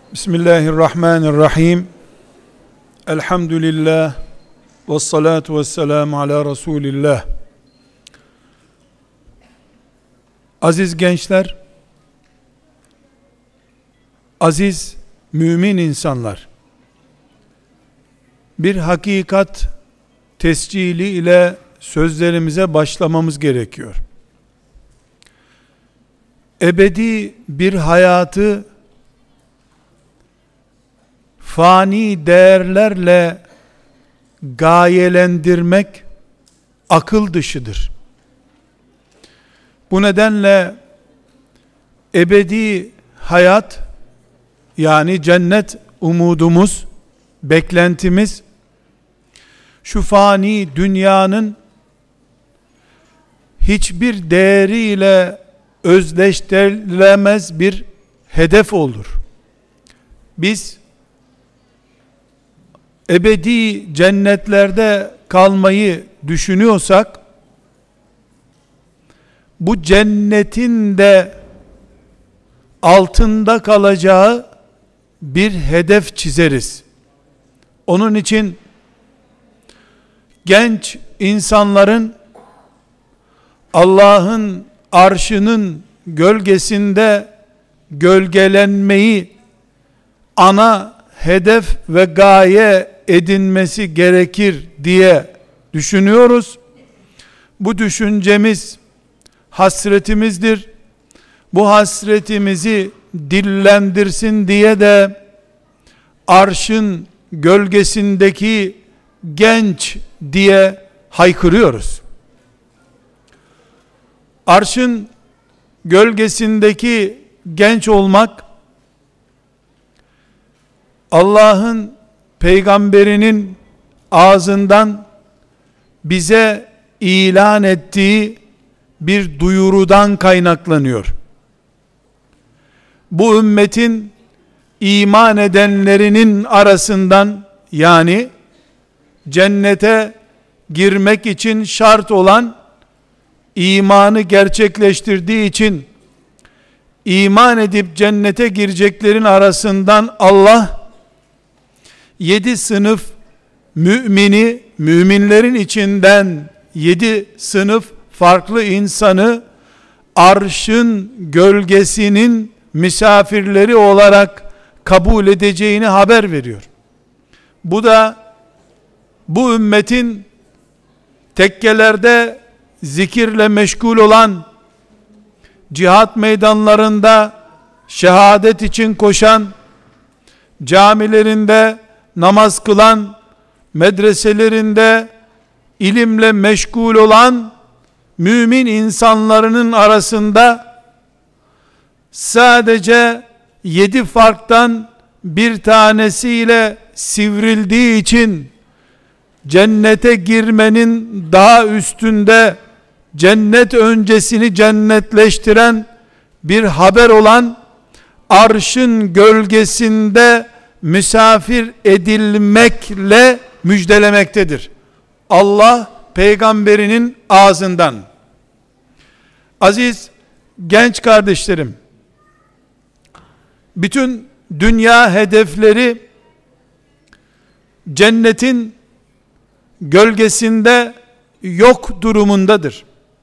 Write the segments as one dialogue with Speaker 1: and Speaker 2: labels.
Speaker 1: Bismillahirrahmanirrahim. Elhamdülillah. Ve salatu ve selamu ala Resulillah. Aziz gençler, aziz mümin insanlar, bir hakikat tescili ile sözlerimize başlamamız gerekiyor. Ebedi bir hayatı fani değerlerle gayelendirmek akıl dışıdır. Bu nedenle ebedi hayat, yani cennet umudumuz, beklentimiz, şu fani dünyanın hiçbir değeriyle özdeştirilemez bir hedef olur. Biz ebedi cennetlerde kalmayı düşünüyorsak, bu cennetin de altında kalacağı bir hedef çizeriz. Onun için genç insanların Allah'ın arşının gölgesinde gölgelenmeyi ana hedef ve gaye edinmesi gerekir diye düşünüyoruz. Bu düşüncemiz hasretimizdir. Bu hasretimizi dillendirsin diye de arşın gölgesindeki genç diye haykırıyoruz. Arşın gölgesindeki genç olmak, Allah'ın peygamberinin ağzından bize ilan ettiği bir duyurudan kaynaklanıyor. Bu ümmetin iman edenlerinin arasından, yani cennete girmek için şart olan imanı gerçekleştirdiği için iman edip cennete gireceklerin arasından Allah 7 sınıf mümini, müminlerin içinden 7 sınıf farklı insanı arşın gölgesinin misafirleri olarak kabul edeceğini haber veriyor. Bu da bu ümmetin tekkelerde zikirle meşgul olan, cihat meydanlarında şehadet için koşan, camilerinde namaz kılan, medreselerinde ilimle meşgul olan mümin insanların arasında sadece 7 farktan bir tanesiyle sivrildiği için cennete girmenin daha üstünde, cennet öncesini cennetleştiren bir haber olan arşın gölgesinde misafir edilmekle müjdelemektedir Allah peygamberinin ağzından. Aziz genç kardeşlerim, bütün dünya hedefleri cennetin gölgesinde yok durumundadır.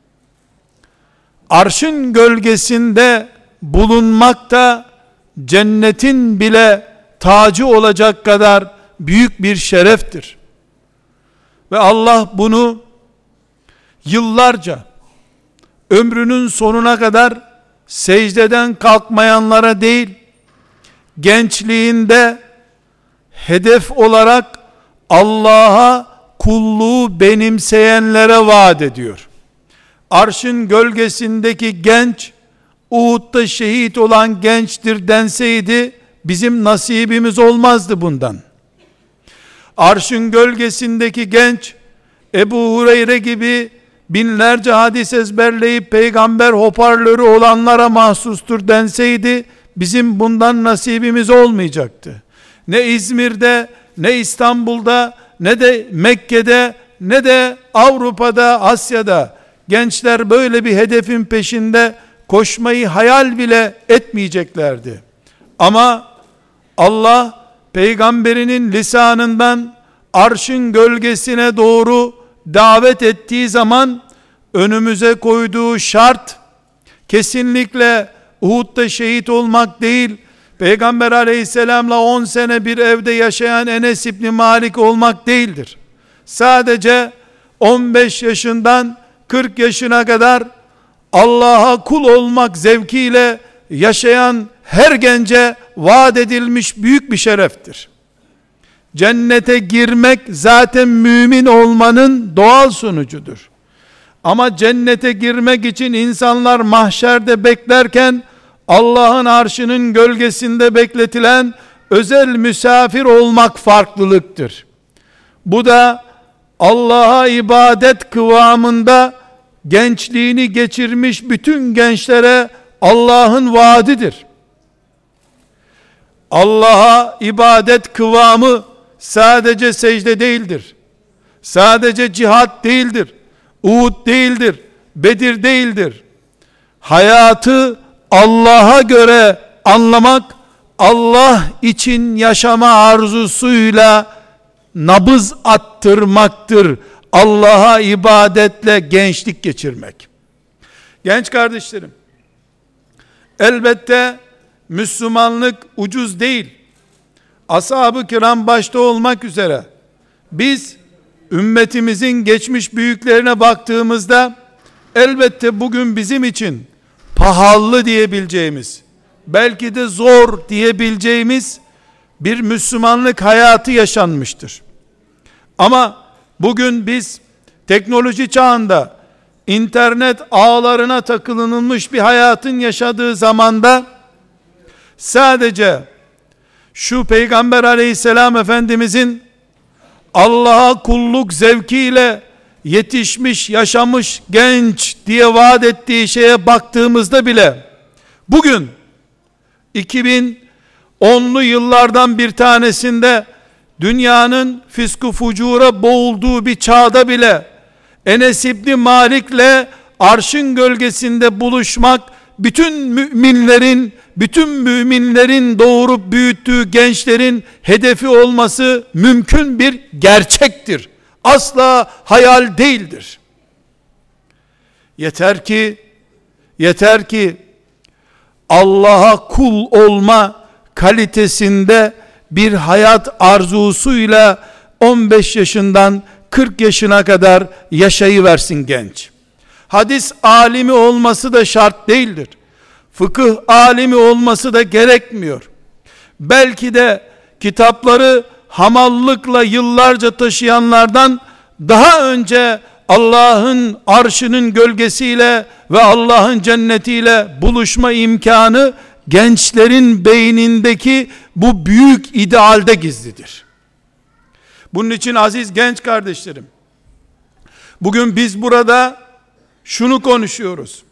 Speaker 1: Arşın gölgesinde bulunmak da cennetin bile tacı olacak kadar büyük bir şereftir. Ve Allah bunu yıllarca, ömrünün sonuna kadar secdeden kalkmayanlara değil, gençliğinde hedef olarak Allah'a kulluğu benimseyenlere vaat ediyor. Arşın gölgesindeki genç, Uhud'da şehit olan gençtir denseydi, bizim nasibimiz olmazdı bundan. Arşın gölgesindeki genç, Ebu Hureyre gibi binlerce hadis ezberleyip peygamber hoparlörü olanlara mahsustur denseydi, bizim bundan nasibimiz olmayacaktı. Ne İzmir'de, ne İstanbul'da, ne de Mekke'de, ne de Avrupa'da, Asya'da gençler böyle bir hedefin peşinde koşmayı hayal bile etmeyeceklerdi. Ama Allah peygamberinin lisanından arşın gölgesine doğru davet ettiği zaman önümüze koyduğu şart kesinlikle Uhud'da şehit olmak değil, Peygamber aleyhisselamla 10 sene bir evde yaşayan Enes İbni Malik olmak değildir. Sadece 15 yaşından 40 yaşına kadar Allah'a kul olmak zevkiyle yaşayan her gence vaat edilmiş büyük bir şereftir. Cennete girmek zaten mümin olmanın doğal sonucudur. Ama cennete girmek için insanlar mahşerde beklerken Allah'ın arşının gölgesinde bekletilen özel misafir olmak farklılıktır. Bu da Allah'a ibadet kıvamında gençliğini geçirmiş bütün gençlere Allah'ın vaadidir. Allah'a ibadet kıvamı sadece secde değildir. Sadece cihat değildir. Uhud değildir. Bedir değildir. Hayatı Allah'a göre anlamak, Allah için yaşama arzusuyla nabız attırmaktır. Allah'a ibadetle gençlik geçirmek. Genç kardeşlerim, elbette Müslümanlık ucuz değil. Ashab-ı kiram başta olmak üzere biz ümmetimizin geçmiş büyüklerine baktığımızda elbette bugün bizim için pahalı diyebileceğimiz, belki de zor diyebileceğimiz bir Müslümanlık hayatı yaşanmıştır. Ama bugün biz teknoloji çağında internet ağlarına takılınmış bir hayatın yaşadığı zamanda sadece şu Peygamber aleyhisselam Efendimizin Allah'a kulluk zevkiyle yetişmiş, yaşamış genç diye vaat ettiği şeye baktığımızda bile bugün 2010'lu yıllardan bir tanesinde dünyanın fisku fucura boğulduğu bir çağda bile Enes İbni Malik'le arşın gölgesinde buluşmak bütün müminlerin doğurup büyüttüğü gençlerin hedefi olması mümkün bir gerçektir. Asla hayal değildir. Yeter ki Allah'a kul olma kalitesinde bir hayat arzusuyla 15 yaşından 40 yaşına kadar yaşayıversin genç. Hadis alimi olması da şart değildir. Fıkıh alimi olması da gerekmiyor. Belki de kitapları hamallıkla yıllarca taşıyanlardan daha önce Allah'ın arşının gölgesiyle ve Allah'ın cennetiyle buluşma imkanı gençlerin beynindeki bu büyük idealde gizlidir. Bunun için aziz genç kardeşlerim, bugün biz burada şunu konuşuyoruz.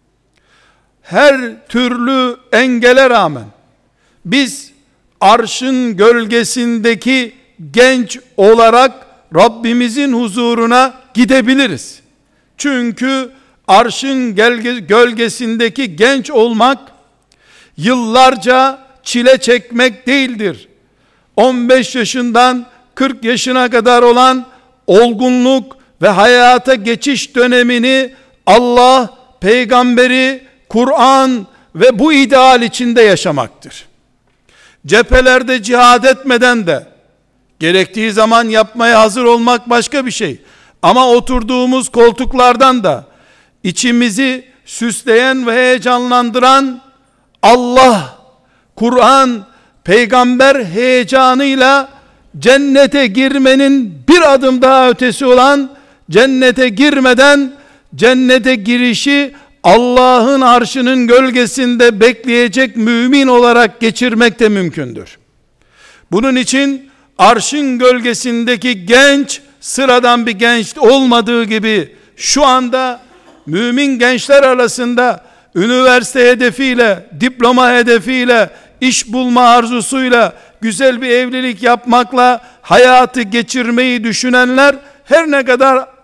Speaker 1: Her türlü engele rağmen biz arşın gölgesindeki genç olarak Rabbimizin huzuruna gidebiliriz. Çünkü arşın gölgesindeki genç olmak yıllarca çile çekmek değildir. 15 yaşından 40 yaşına kadar olan olgunluk ve hayata geçiş dönemini Allah, peygamberi, Kur'an ve bu ideal içinde yaşamaktır. Cephelerde cihad etmeden de gerektiği zaman yapmaya hazır olmak başka bir şey. Ama oturduğumuz koltuklardan da içimizi süsleyen ve heyecanlandıran Allah, Kur'an, peygamber heyecanıyla cennete girmenin bir adım daha ötesi olan cennete girmeden cennete girişi Allah'ın arşının gölgesinde bekleyecek mümin olarak geçirmek de mümkündür. Bunun için arşın gölgesindeki genç sıradan bir genç olmadığı gibi şu anda mümin gençler arasında üniversite hedefiyle, diploma hedefiyle, iş bulma arzusuyla, güzel bir evlilik yapmakla hayatı geçirmeyi düşünenler her ne kadar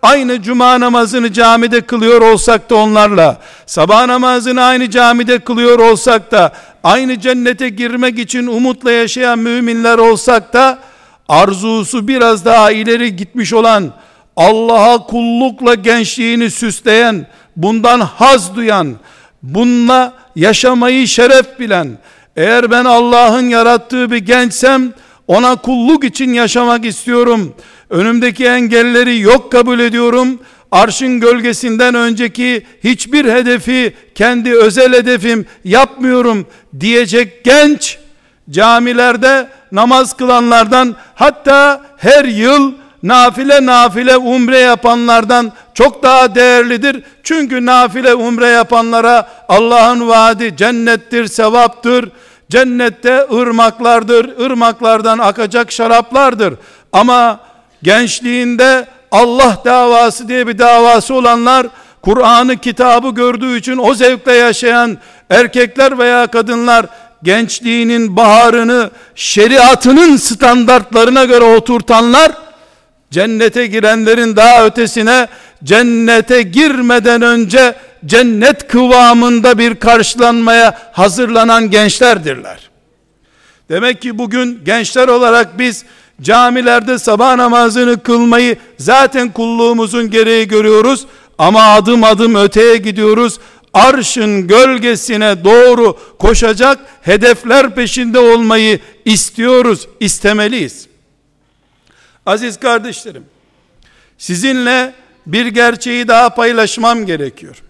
Speaker 1: aynı cuma namazını camide kılıyor olsak da onlarla, sabah namazını aynı camide kılıyor olsak da, aynı cennete girmek için umutla yaşayan müminler olsak da, arzusu biraz daha ileri gitmiş olan, Allah'a kullukla gençliğini süsleyen, bundan haz duyan, bununla yaşamayı şeref bilen, eğer ben Allah'ın yarattığı bir gençsem, ona kulluk için yaşamak istiyorum, önümdeki engelleri yok kabul ediyorum, arşın gölgesinden önceki hiçbir hedefi kendi özel hedefim yapmıyorum diyecek genç, camilerde namaz kılanlardan, hatta her yıl nafile umre yapanlardan çok daha değerlidir. Çünkü nafile umre yapanlara Allah'ın vaadi cennettir, sevaptır. Cennette ırmaklardır, ırmaklardan akacak şaraplardır. Ama gençliğinde Allah davası diye bir davası olanlar, Kur'an'ı, kitabı gördüğü için o zevkle yaşayan erkekler veya kadınlar, gençliğinin baharını şeriatının standartlarına göre oturtanlar, cennete girenlerin daha ötesine, cennete girmeden önce cennet kıvamında bir karşılanmaya hazırlanan gençlerdirler. Demek ki bugün gençler olarak biz camilerde sabah namazını kılmayı zaten kulluğumuzun gereği görüyoruz, ama adım adım öteye gidiyoruz. Arşın gölgesine doğru koşacak hedefler peşinde olmayı istiyoruz, istemeliyiz. Aziz kardeşlerim, sizinle bir gerçeği daha paylaşmam gerekiyor.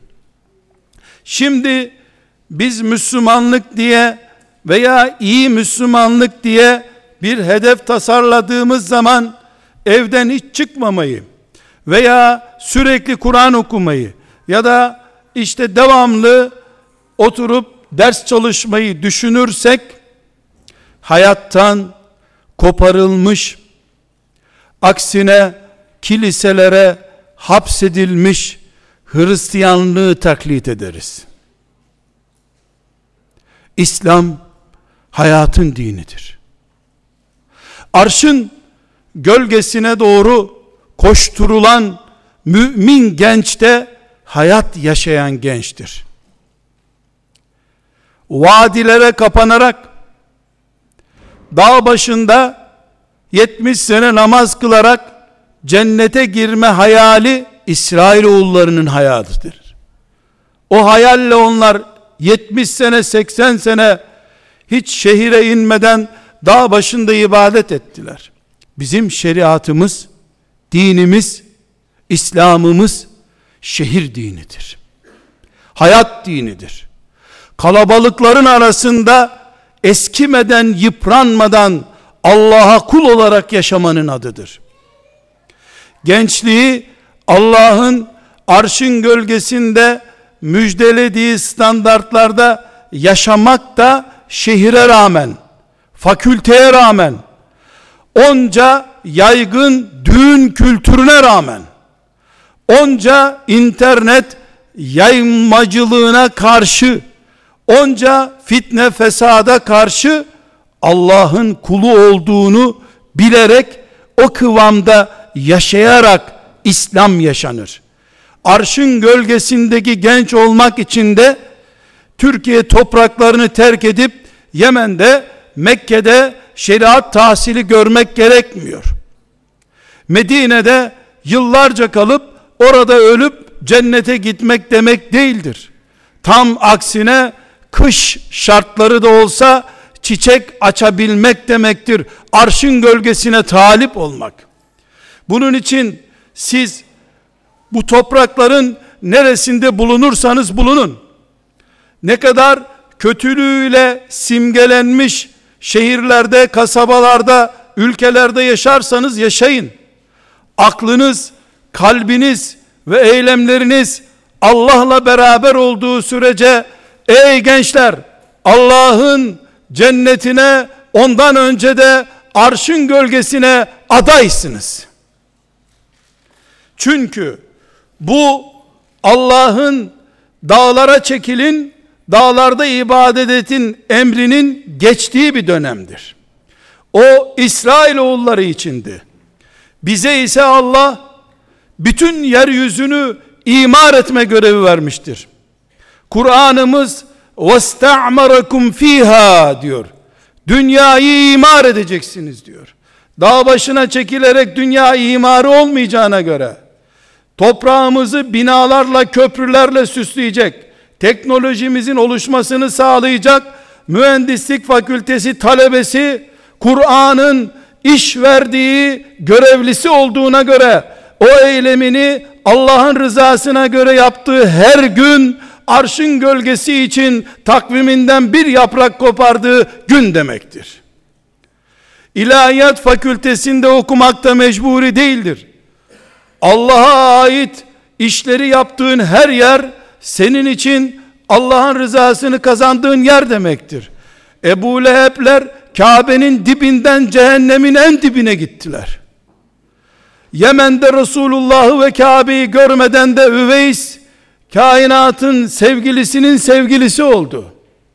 Speaker 1: Şimdi biz Müslümanlık diye veya iyi Müslümanlık diye bir hedef tasarladığımız zaman, evden hiç çıkmamayı veya sürekli Kur'an okumayı ya da işte devamlı oturup ders çalışmayı düşünürsek, hayattan koparılmış, aksine kiliselere hapsedilmiş Hristiyanlığı taklit ederiz. İslam hayatın dinidir. Arşın gölgesine doğru koşturulan mümin genç de hayat yaşayan gençtir. Vadilere kapanarak dağ başında 70 sene namaz kılarak cennete girme hayali İsrailoğullarının hayatıdır. O hayalle onlar 70 sene 80 sene hiç şehire inmeden dağ başında ibadet ettiler. Bizim şeriatımız, dinimiz, İslam'ımız şehir dinidir. Hayat dinidir. Kalabalıkların arasında eskimeden, yıpranmadan Allah'a kul olarak yaşamanın adıdır. Gençliği Allah'ın arşın gölgesinde müjdelediği standartlarda yaşamak da şehire rağmen, fakülteye rağmen, onca yaygın düğün kültürüne rağmen, onca internet yaymacılığına karşı, onca fitne fesada karşı Allah'ın kulu olduğunu bilerek, o kıvamda yaşayarak İslam yaşanır. Arşın gölgesindeki genç olmak için de Türkiye topraklarını terk edip Yemen'de, Mekke'de şeriat tahsili görmek gerekmiyor. Medine'de yıllarca kalıp orada ölüp cennete gitmek demek değildir. Tam aksine kış şartları da olsa çiçek açabilmek demektir. Arşın gölgesine talip olmak. Bunun için siz bu toprakların neresinde bulunursanız bulunun, ne kadar kötülüğüyle simgelenmiş şehirlerde, kasabalarda, ülkelerde yaşarsanız yaşayın, aklınız, kalbiniz ve eylemleriniz Allah'la beraber olduğu sürece, ey gençler, Allah'ın cennetine ondan önce de arşın gölgesine adaysınız. Çünkü bu Allah'ın dağlara çekilin, dağlarda ibadet edin emrinin geçtiği bir dönemdir. O İsrailoğulları içindi. Bize ise Allah bütün yeryüzünü imar etme görevi vermiştir. Kur'an'ımız وَاسْتَعْمَرَكُمْ ف۪يهَا diyor. Dünyayı imar edeceksiniz diyor. Dağ başına çekilerek dünya imarı olmayacağına göre, toprağımızı binalarla, köprülerle süsleyecek, teknolojimizin oluşmasını sağlayacak mühendislik fakültesi talebesi, Kur'an'ın iş verdiği görevlisi olduğuna göre, o eylemini Allah'ın rızasına göre yaptığı her gün, arşın gölgesi için takviminden bir yaprak kopardığı gün demektir. İlahiyat fakültesinde okumakta mecburi değildir. Allah'a ait işleri yaptığın her yer, senin için Allah'ın rızasını kazandığın yer demektir. Ebu Leheb'ler Kabe'nin dibinden cehennemin en dibine gittiler. Yemen'de Resulullah'ı ve Kabe'yi görmeden de Üveys, kainatın sevgilisinin sevgilisi oldu.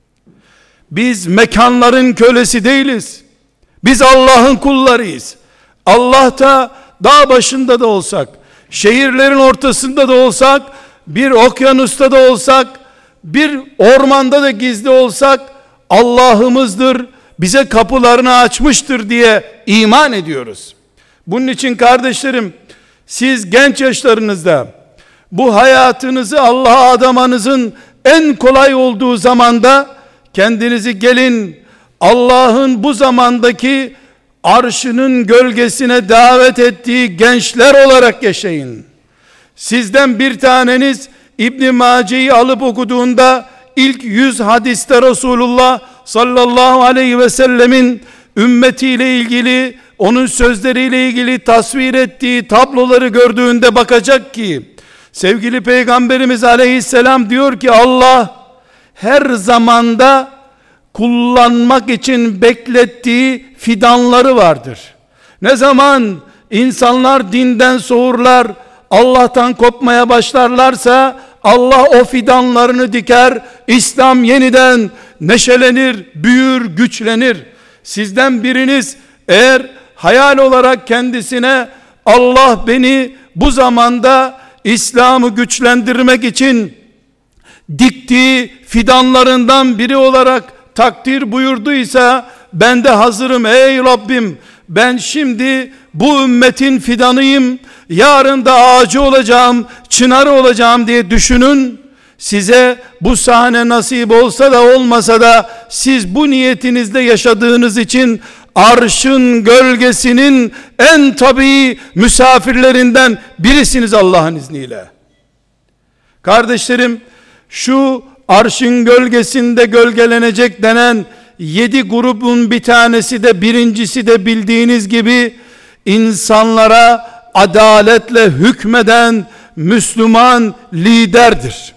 Speaker 1: Biz mekanların kölesi değiliz. Biz Allah'ın kullarıyız. Allah da dağ başında da olsak, şehirlerin ortasında da olsak, bir okyanusta da olsak, bir ormanda da gizli olsak, Allah'ımızdır, bize kapılarını açmıştır diye iman ediyoruz. Bunun için kardeşlerim, siz genç yaşlarınızda bu hayatınızı Allah'a adamanızın en kolay olduğu zamanda kendinizi gelin Allah'ın bu zamandaki arşının gölgesine davet ettiği gençler olarak yaşayın. Sizden bir taneniz İbn Mace'yi alıp okuduğunda ilk 100 hadiste Resulullah sallallahu aleyhi ve sellemin ümmetiyle ilgili, onun sözleriyle ilgili tasvir ettiği tabloları gördüğünde bakacak ki, sevgili Peygamberimiz aleyhisselam diyor ki, Allah her zamanda kullanmak için beklettiği fidanları vardır. Ne zaman insanlar dinden soğurlar, Allah'tan kopmaya başlarlarsa, Allah o fidanlarını diker, İslam yeniden neşelenir, büyür, güçlenir. Sizden biriniz eğer hayal olarak kendisine, Allah beni bu zamanda İslam'ı güçlendirmek için diktiği fidanlarından biri olarak takdir buyurduysa, ben de hazırım ey Rabbim, ben şimdi bu ümmetin fidanıyım, yarın da ağacı olacağım, çınarı olacağım diye düşünün. Size bu sahne nasip olsa da olmasa da, siz bu niyetinizle yaşadığınız için arşın gölgesinin en tabii misafirlerinden birisiniz Allah'ın izniyle. Kardeşlerim, şu arşın gölgesinde gölgelenecek denen 7 grubun bir tanesi de, birincisi de bildiğiniz gibi insanlara adaletle hükmeden Müslüman liderdir.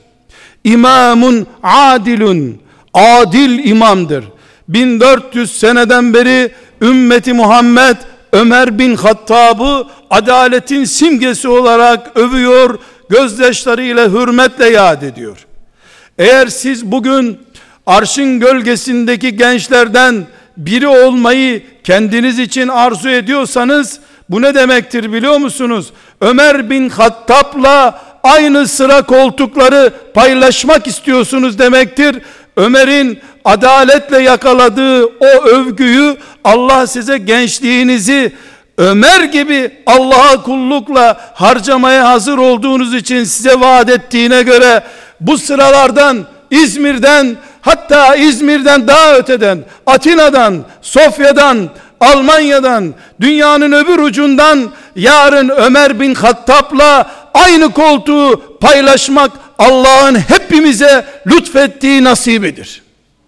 Speaker 1: İmamun adilun, adil imamdır. 1400 seneden beri ümmeti Muhammed Ömer bin Hattab'ı adaletin simgesi olarak övüyor, gözyaşlarıyla hürmetle yad ediyor. Eğer siz bugün arşın gölgesindeki gençlerden biri olmayı kendiniz için arzu ediyorsanız, bu ne demektir biliyor musunuz? Ömer bin Hattab'la aynı sıra koltukları paylaşmak istiyorsunuz demektir. Ömer'in adaletle yakaladığı o övgüyü, Allah size gençliğinizi Ömer gibi Allah'a kullukla harcamaya hazır olduğunuz için size vaat ettiğine göre, bu sıralardan, İzmir'den, hatta İzmir'den daha öteden, Atina'dan, Sofya'dan, Almanya'dan, dünyanın öbür ucundan yarın Ömer bin Hattab'la aynı koltuğu paylaşmak Allah'ın hepimize lütfettiği nasibidir.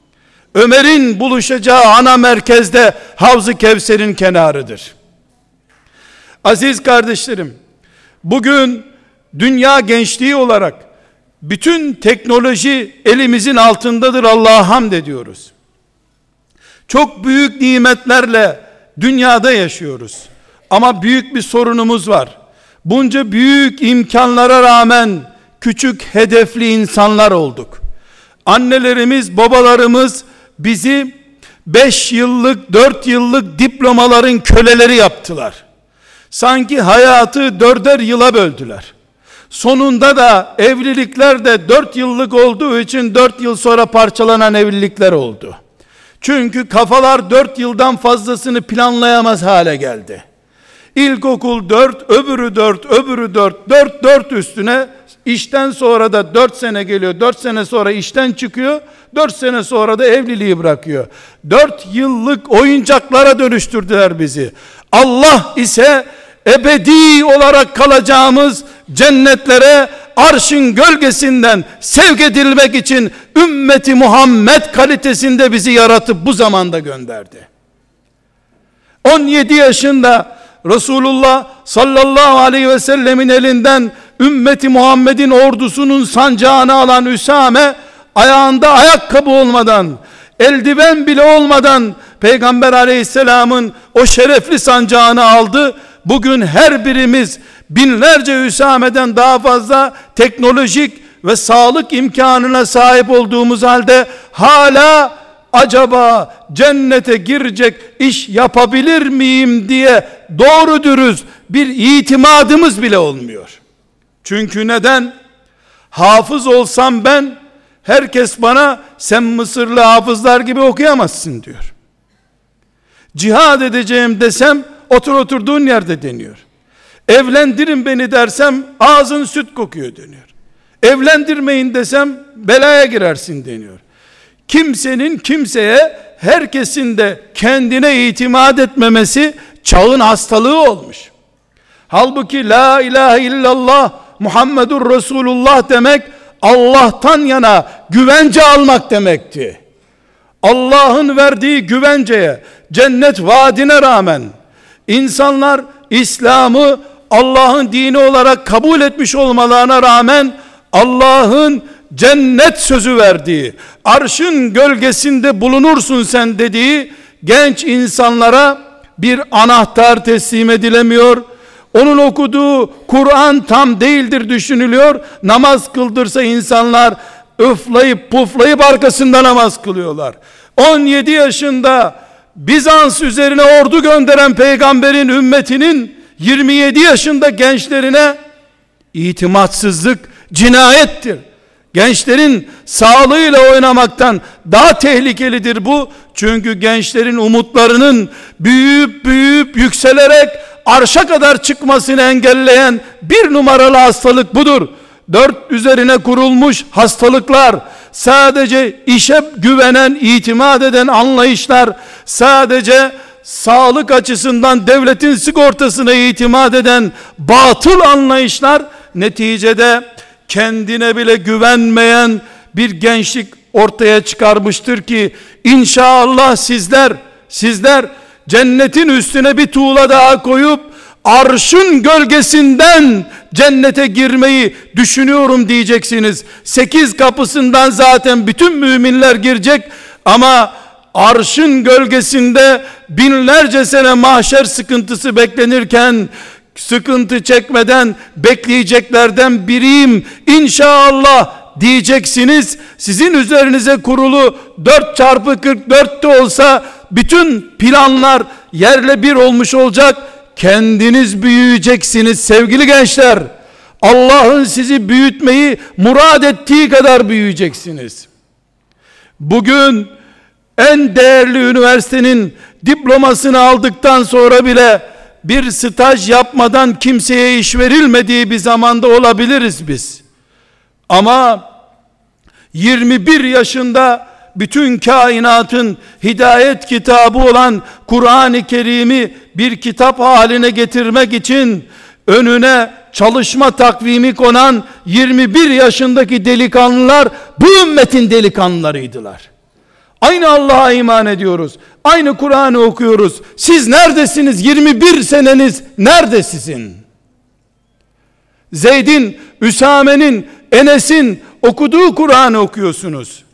Speaker 1: Ömer'in buluşacağı ana merkezde Havz-ı Kevser'in kenarıdır. Aziz kardeşlerim, bugün dünya gençliği olarak bütün teknoloji elimizin altındadır, Allah'a hamd ediyoruz. Çok büyük nimetlerle dünyada yaşıyoruz. Ama büyük bir sorunumuz var. Bunca büyük imkanlara rağmen küçük hedefli insanlar olduk. Annelerimiz, babalarımız bizi 5 yıllık, 4 yıllık diplomaların köleleri yaptılar. Sanki hayatı 4'er yıla böldüler. Sonunda da evlilikler de 4 yıllık olduğu için 4 yıl sonra parçalanan evlilikler oldu. Çünkü kafalar 4 yıldan fazlasını planlayamaz hale geldi. İlkokul 4, öbürü 4, öbürü 4, 4 üstüne işten sonra da 4 sene geliyor. 4 sene sonra işten çıkıyor. 4 sene sonra da evliliği bırakıyor. 4 yıllık oyuncaklara dönüştürdüler bizi. Allah ise ebedi olarak kalacağımız cennetlere arşın gölgesinden sevk edilmek için ümmeti Muhammed kalitesinde bizi yaratıp bu zamanda gönderdi. 17 yaşında Resulullah sallallahu aleyhi ve sellemin elinden ümmeti Muhammed'in ordusunun sancağını alan Üsame, ayağında ayakkabı olmadan, eldiven bile olmadan Peygamber aleyhisselamın o şerefli sancağını aldı. Bugün her birimiz binlerce Üsame'den daha fazla teknolojik ve sağlık imkanına sahip olduğumuz halde hala acaba cennete girecek iş yapabilir miyim diye doğru dürüst bir itimadımız bile olmuyor. Çünkü neden? Hafız olsam ben, herkes bana sen Mısırlı hafızlar gibi okuyamazsın diyor. Cihad edeceğim desem oturduğun yerde deniyor. Evlendirin beni dersem ağzın süt kokuyor deniyor. Evlendirmeyin desem belaya girersin deniyor. Kimsenin kimseye, herkesin de kendine itimat etmemesi çağın hastalığı olmuş. Halbuki la ilahe illallah Muhammedur Resulullah demek Allah'tan yana güvence almak demekti. Allah'ın verdiği güvenceye, cennet vaadine rağmen insanlar İslam'ı Allah'ın dini olarak kabul etmiş olmalarına rağmen Allah'ın cennet sözü verdiği, arşın gölgesinde bulunursun sen dediği genç insanlara bir anahtar teslim edilemiyor. Onun okuduğu Kur'an tam değildir düşünülüyor. Namaz kıldırsa insanlar üfleyip puflayıp arkasında namaz kılıyorlar. 17 yaşında Bizans üzerine ordu gönderen peygamberin ümmetinin 27 yaşında gençlerine itimatsızlık cinayettir. Gençlerin sağlığıyla oynamaktan daha tehlikelidir bu. Çünkü gençlerin umutlarının büyüyüp yükselerek arşa kadar çıkmasını engelleyen bir numaralı hastalık budur. 4 üzerine kurulmuş hastalıklar, sadece işe güvenen, itimat eden anlayışlar, sadece sağlık açısından devletin sigortasına itimat eden batıl anlayışlar, neticede kendine bile güvenmeyen bir gençlik ortaya çıkarmıştır ki inşallah sizler cennetin üstüne bir tuğla daha koyup arşın gölgesinden cennete girmeyi düşünüyorum diyeceksiniz. 8 kapısından zaten bütün müminler girecek ama arşın gölgesinde binlerce sene mahşer sıkıntısı beklenirken sıkıntı çekmeden bekleyeceklerden biriyim İnşallah diyeceksiniz. Sizin üzerinize kurulu 4x44 de olsa bütün planlar yerle bir olmuş olacak. Kendiniz büyüyeceksiniz sevgili gençler. Allah'ın sizi büyütmeyi murad ettiği kadar büyüyeceksiniz. Bugün en değerli üniversitenin diplomasını aldıktan sonra bile bir staj yapmadan kimseye iş verilmediği bir zamanda olabiliriz biz. Ama 21 yaşında bütün kainatın hidayet kitabı olan Kur'an-ı Kerim'i bir kitap haline getirmek için önüne çalışma takvimi konan 21 yaşındaki delikanlılar bu ümmetin delikanlılarıydılar. Aynı Allah'a iman ediyoruz. Aynı Kur'an'ı okuyoruz. Siz neredesiniz? 21 seneniz nerede sizin? Zeyd'in, Üsame'nin, Enes'in okuduğu Kur'an'ı okuyorsunuz.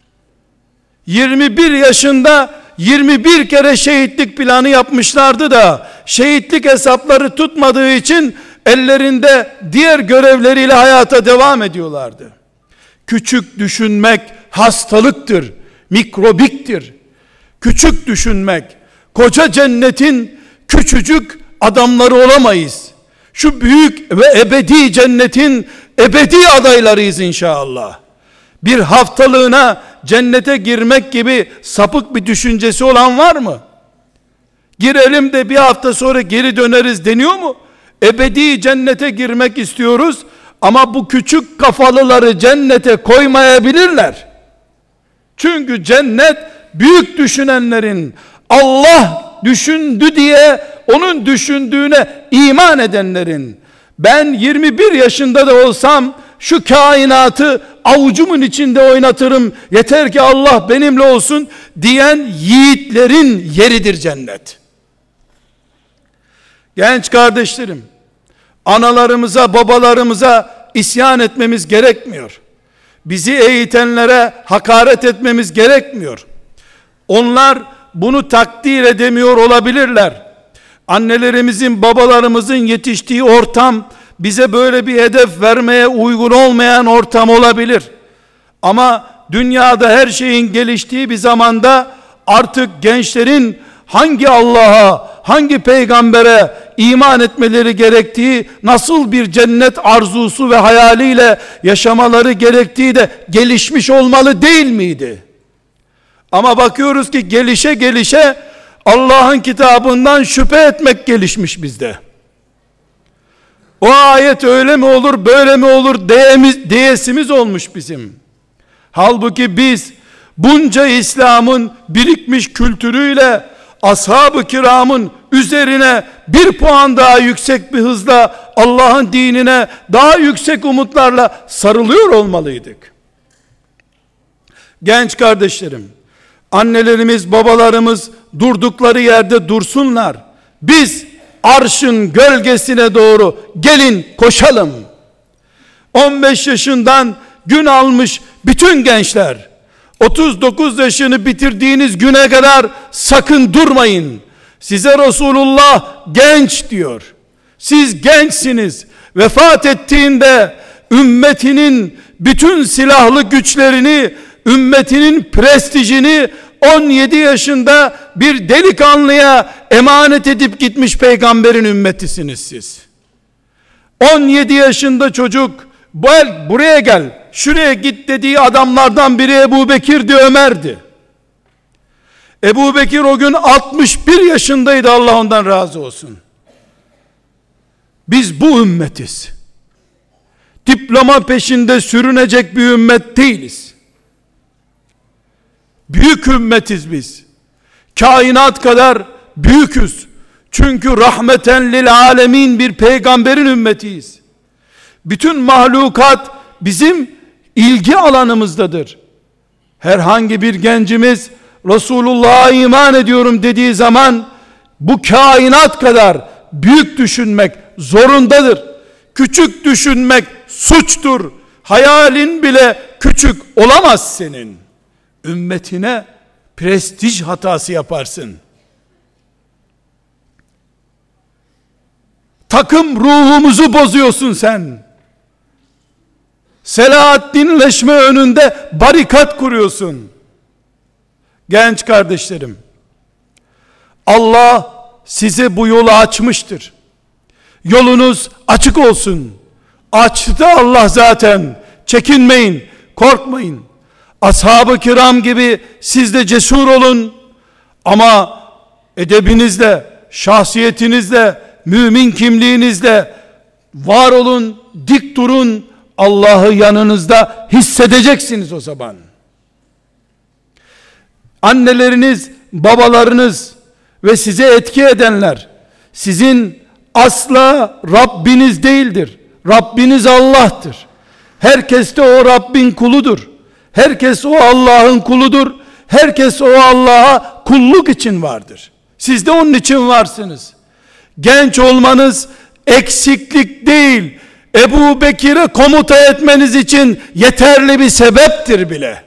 Speaker 1: 21 yaşında 21 kere şehitlik planı yapmışlardı da şehitlik hesapları tutmadığı için ellerinde diğer görevleriyle hayata devam ediyorlardı. Küçük düşünmek hastalıktır, mikrobiktir. Küçük düşünmek, koca cennetin küçücük adamları olamayız. Şu büyük ve ebedi cennetin ebedi adaylarıyız inşallah. Bir haftalığına cennete girmek gibi sapık bir düşüncesi olan var mı? Girelim de bir hafta sonra geri döneriz deniyor mu? Ebedi cennete girmek istiyoruz ama bu küçük kafalıları cennete koymayabilirler. Çünkü cennet büyük düşünenlerin, Allah düşündü diye onun düşündüğüne iman edenlerin, ben 21 yaşında da olsam şu kainatı avucumun içinde oynatırım, yeter ki Allah benimle olsun diyen yiğitlerin yeridir cennet. Genç kardeşlerim, analarımıza, babalarımıza isyan etmemiz gerekmiyor. Bizi eğitenlere hakaret etmemiz gerekmiyor. Onlar bunu takdir edemiyor olabilirler. Annelerimizin, babalarımızın yetiştiği ortam bize böyle bir hedef vermeye uygun olmayan ortam olabilir. Ama dünyada her şeyin geliştiği bir zamanda artık gençlerin hangi Allah'a, hangi peygambere iman etmeleri gerektiği, nasıl bir cennet arzusu ve hayaliyle yaşamaları gerektiği de gelişmiş olmalı değil miydi? Ama bakıyoruz ki gelişe gelişe Allah'ın kitabından şüphe etmek gelişmiş bizde. O ayet öyle mi olur, böyle mi olur diyesimiz olmuş bizim. Halbuki biz bunca İslam'ın birikmiş kültürüyle ashab-ı kiramın üzerine bir puan daha yüksek bir hızla Allah'ın dinine daha yüksek umutlarla sarılıyor olmalıydık. Genç kardeşlerim, annelerimiz, babalarımız durdukları yerde dursunlar. Biz arşın gölgesine doğru gelin koşalım. 15 yaşından gün almış bütün gençler, 39 yaşını bitirdiğiniz güne kadar sakın durmayın. Size Resulullah genç diyor. Siz gençsiniz. Vefat ettiğinde ümmetinin bütün silahlı güçlerini, ümmetinin prestijini 17 yaşında bir delikanlıya emanet edip gitmiş peygamberin ümmetisiniz siz. 17 yaşında çocuk, buraya gel, şuraya git dediği adamlardan biri Ebu Bekir'di, Ömer'di. Ebu Bekir o gün 61 yaşındaydı, Allah ondan razı olsun. Biz bu ümmetiz. Diploma peşinde sürünecek bir ümmet değiliz. Büyük ümmetiz biz. Kainat kadar büyüküz. Çünkü rahmeten lil alemin bir peygamberin ümmetiyiz. Bütün mahlukat bizim ilgi alanımızdadır. Herhangi bir gencimiz Resulullah'a iman ediyorum dediği zaman bu kainat kadar büyük düşünmek zorundadır. Küçük düşünmek suçtur. Hayalin bile küçük olamaz senin. Ümmetine prestij hatası yaparsın. Takım ruhumuzu bozuyorsun sen. Selahaddinleşme önünde barikat kuruyorsun. Genç kardeşlerim, Allah size bu yolu açmıştır. Yolunuz açık olsun. Açtı Allah zaten. Çekinmeyin, korkmayın. Ashab-ı kiram gibi siz de cesur olun. Ama edebinizle, şahsiyetinizle, mümin kimliğinizle var olun, dik durun. Allah'ı yanınızda hissedeceksiniz o zaman. Anneleriniz, babalarınız ve size etki edenler sizin asla Rabbiniz değildir. Rabbiniz Allah'tır. Herkes de o Rabbin kuludur. Herkes o Allah'ın kuludur. Herkes o Allah'a kulluk için vardır. Siz de onun için varsınız. Genç olmanız eksiklik değil, Ebu Bekir'e komuta etmeniz için yeterli bir sebeptir bile.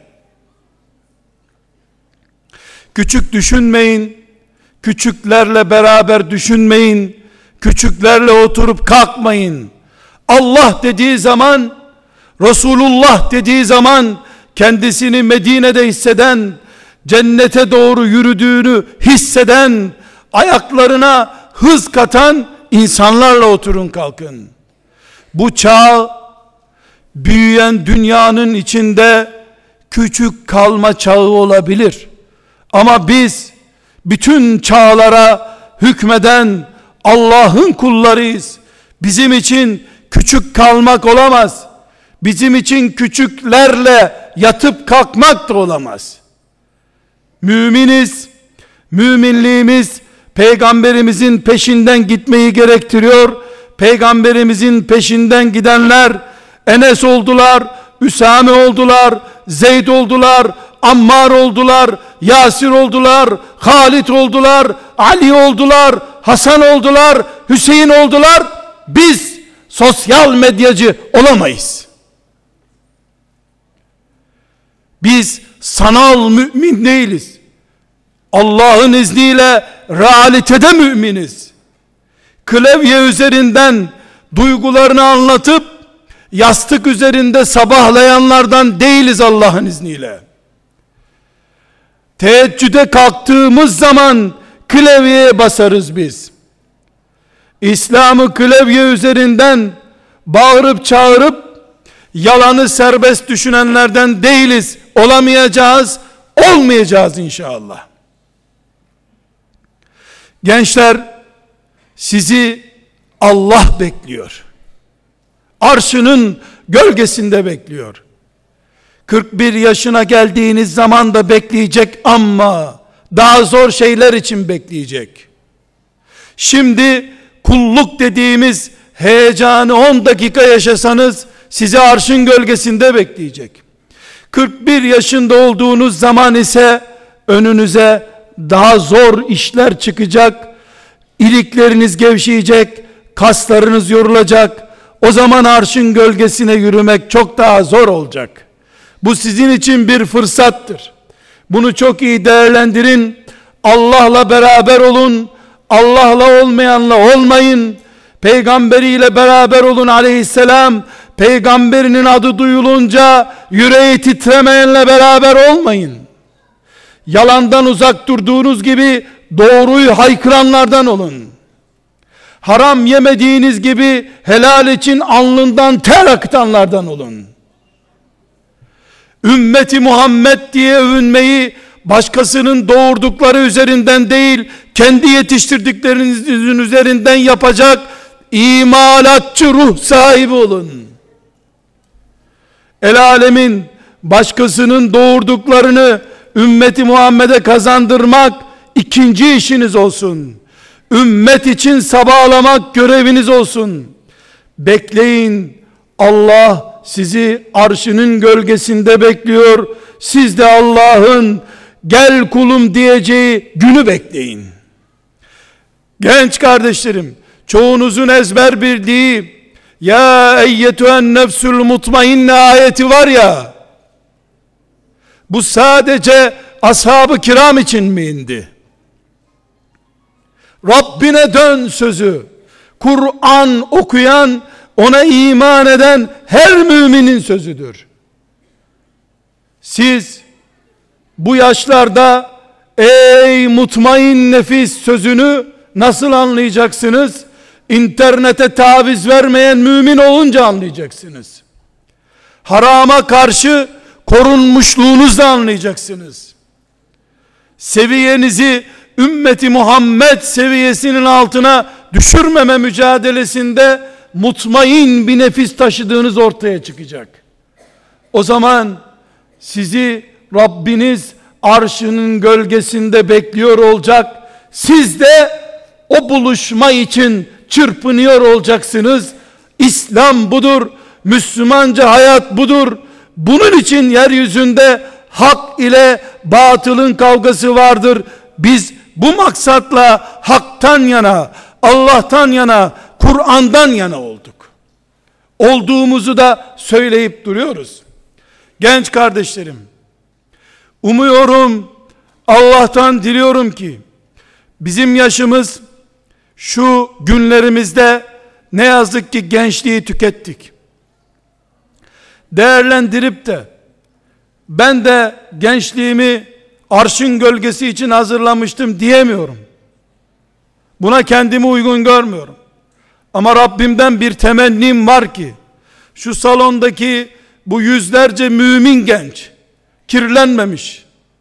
Speaker 1: Küçük düşünmeyin, küçüklerle beraber düşünmeyin, küçüklerle oturup kalkmayın. Allah dediği zaman, Resulullah dediği zaman kendisini Medine'de hisseden, cennete doğru yürüdüğünü hisseden, ayaklarına hız katan insanlarla oturun kalkın. Bu çağ büyüyen dünyanın içinde küçük kalma çağı olabilir. Ama biz bütün çağlara hükmeden Allah'ın kullarıyız. Bizim için küçük kalmak olamaz. Bizim için küçüklerle yatıp kalkmak da olamaz. Müminiz. Müminliğimiz Peygamberimizin peşinden gitmeyi gerektiriyor. Peygamberimizin peşinden gidenler Enes oldular, Üsame oldular, Zeyd oldular, Ammar oldular, Yasir oldular, Halid oldular, Ali oldular, Hasan oldular, Hüseyin oldular. Biz sosyal medyacı olamayız. Biz sanal mümin değiliz. Allah'ın izniyle realitede müminiz. Klavye üzerinden duygularını anlatıp yastık üzerinde sabahlayanlardan değiliz Allah'ın izniyle. Teheccüde kalktığımız zaman klavyeye basarız biz. İslam'ı klavye üzerinden bağırıp çağırıp yalanı serbest düşünenlerden değiliz. Olamayacağız, olmayacağız inşallah. Gençler, sizi Allah bekliyor. Arşının gölgesinde bekliyor. 41 yaşına geldiğiniz zaman da bekleyecek ama daha zor şeyler için bekleyecek. Şimdi kulluk dediğimiz heyecanı 10 dakika yaşasanız sizi arşın gölgesinde bekleyecek. 41 yaşında olduğunuz zaman ise önünüze daha zor işler çıkacak. İlikleriniz gevşeyecek, kaslarınız yorulacak. O zaman arşın gölgesine yürümek çok daha zor olacak. Bu sizin için bir fırsattır. Bunu çok iyi değerlendirin. Allah'la beraber olun. Allah'la olmayanla olmayın. Peygamberiyle beraber olun aleyhisselam. Peygamberinin adı duyulunca yüreği titremeyenle beraber olmayın. Yalandan uzak durduğunuz gibi doğruyu haykıranlardan olun. Haram yemediğiniz gibi helal için alnından ter akıtanlardan olun. Ümmeti Muhammed diye övünmeyi başkasının doğurdukları üzerinden değil, kendi yetiştirdiklerinizin üzerinden yapacak imalatçı ruh sahibi olun. El alemin başkasının doğurduklarını ümmeti Muhammed'e kazandırmak ikinci işiniz olsun. Ümmet için sabahlamak göreviniz olsun. Bekleyin, Allah sizi arşının gölgesinde bekliyor. Siz de Allah'ın gel kulum diyeceği günü bekleyin. Genç kardeşlerim, çoğunuzun ezber bildiği ya eyyetühen nefsül mutmainne ayeti var ya, bu sadece ashab-ı kiram için mi indi? Rabbine dön sözü, Kur'an okuyan, ona iman eden her müminin sözüdür. Siz bu yaşlarda ey mutmain nefis sözünü nasıl anlayacaksınız? İnternete taviz vermeyen mümin olunca anlayacaksınız. Harama karşı korunmuşluğunuzla anlayacaksınız. Seviyenizi ümmeti Muhammed seviyesinin altına düşürmeme mücadelesinde mutmain bir nefis taşıdığınız ortaya çıkacak. O zaman sizi Rabbiniz arşının gölgesinde bekliyor olacak. Siz de o buluşma için çırpınıyor olacaksınız. İslam budur. Müslümanca hayat budur. Bunun için yeryüzünde hak ile batılın kavgası vardır. Biz bu maksatla haktan yana, Allah'tan yana, Kur'an'dan yana olduk. Olduğumuzu da söyleyip duruyoruz. Genç kardeşlerim, umuyorum, Allah'tan diliyorum ki bizim yaşımız şu günlerimizde ne yazık ki gençliği tükettik. Değerlendirip de ben de gençliğimi arşın gölgesi için hazırlamıştım diyemiyorum. Buna kendimi uygun görmüyorum. Ama Rabbimden bir temennim var ki, şu salondaki bu yüzlerce mümin genç, kirlenmemiş,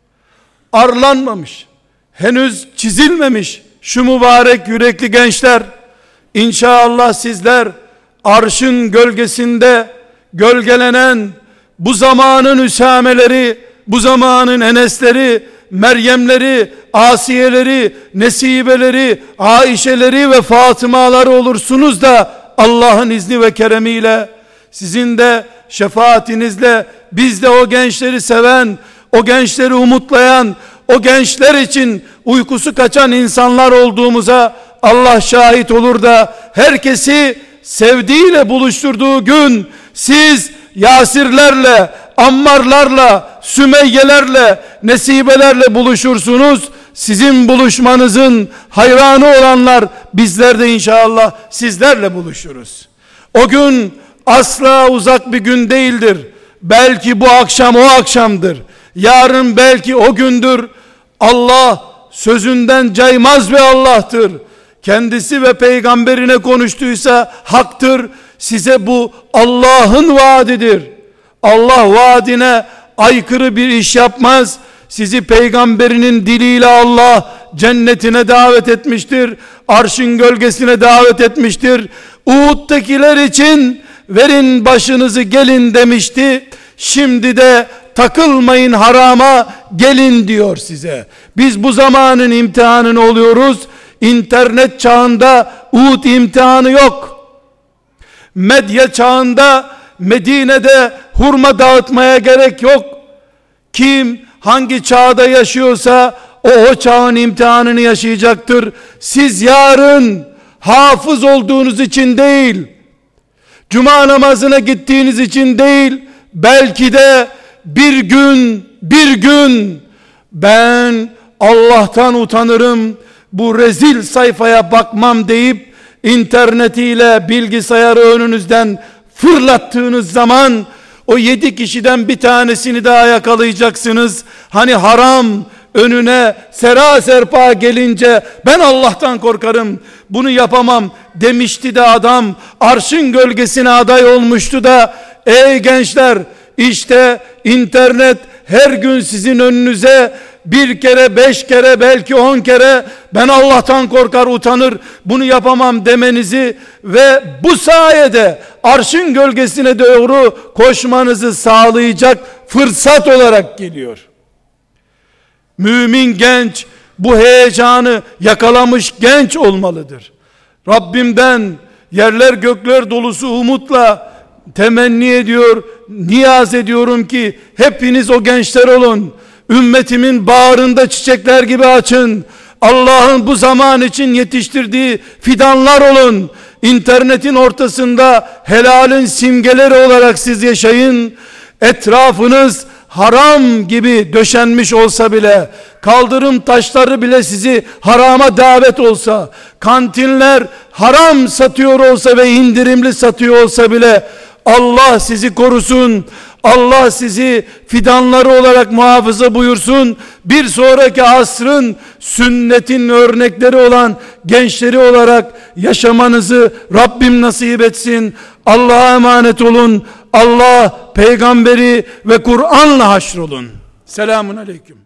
Speaker 1: arlanmamış, henüz çizilmemiş şu mübarek yürekli gençler, İnşallah sizler arşın gölgesinde gölgelenen bu zamanın Üsameleri, bu zamanın Enesleri, Meryemleri, Asiyeleri, Nesibeleri, Aişeleri ve Fatımaları olursunuz da Allah'ın izni ve keremiyle, sizin de şefaatinizle biz de o gençleri seven, o gençleri umutlayan, o gençler için uykusu kaçan insanlar olduğumuza Allah şahit olur da herkesi sevdiğiyle buluşturduğu gün siz Yasirlerle, Ammarlarla, Sümeyyelerle, Nesibelerle buluşursunuz. Sizin buluşmanızın hayranı olanlar bizler de inşallah sizlerle buluşuruz. O gün asla uzak bir gün değildir. Belki bu akşam o akşamdır. Yarın belki o gündür. Allah sözünden caymaz bir Allah'tır. Kendisi ve peygamberine konuştuysa haktır. Size bu Allah'ın vaadidir. Allah vaadine aykırı bir iş yapmaz. Sizi peygamberinin diliyle Allah cennetine davet etmiştir. Arşın gölgesine davet etmiştir. Uhud'dakiler için verin başınızı gelin demişti. Şimdi de takılmayın harama, gelin diyor size. Biz bu zamanın imtihanını oluyoruz. İnternet çağında Uhud imtihanı yok. Medya çağında Medine'de hurma dağıtmaya gerek yok. Kim hangi çağda yaşıyorsa o çağın imtihanını yaşayacaktır. Siz yarın hafız olduğunuz için değil, cuma namazına gittiğiniz için değil, belki de bir gün ben Allah'tan utanırım, bu rezil sayfaya bakmam deyip internetiyle bilgisayarı önünüzden fırlattığınız zaman o 7 kişiden bir tanesini daha yakalayacaksınız. Hani haram önüne seraserpa gelince ben Allah'tan korkarım, bunu yapamam demişti de adam, arşın gölgesine aday olmuştu da, ey gençler, işte internet her gün sizin önünüze bir kere, 5 kere, belki 10 kere ben Allah'tan korkar, utanır, bunu yapamam demenizi ve bu sayede arşın gölgesine doğru koşmanızı sağlayacak fırsat olarak geliyor. Mümin genç bu heyecanı yakalamış genç olmalıdır. Rabbimden yerler gökler dolusu umutla temenni ediyor, niyaz ediyorum ki hepiniz o gençler olun. Ümmetimin bağrında çiçekler gibi açın. Allah'ın bu zaman için yetiştirdiği fidanlar olun. İnternetin ortasında helalin simgeleri olarak siz yaşayın. Etrafınız haram gibi döşenmiş olsa bile, kaldırım taşları bile sizi harama davet olsa, kantinler haram satıyor olsa ve indirimli satıyor olsa bile, Allah sizi korusun. Allah sizi fidanları olarak muhafaza buyursun. Bir sonraki asrın sünnetin örnekleri olan gençleri olarak yaşamanızı Rabbim nasip etsin. Allah'a emanet olun. Allah, peygamberi ve Kur'an'la haşrolun. Selamun aleyküm.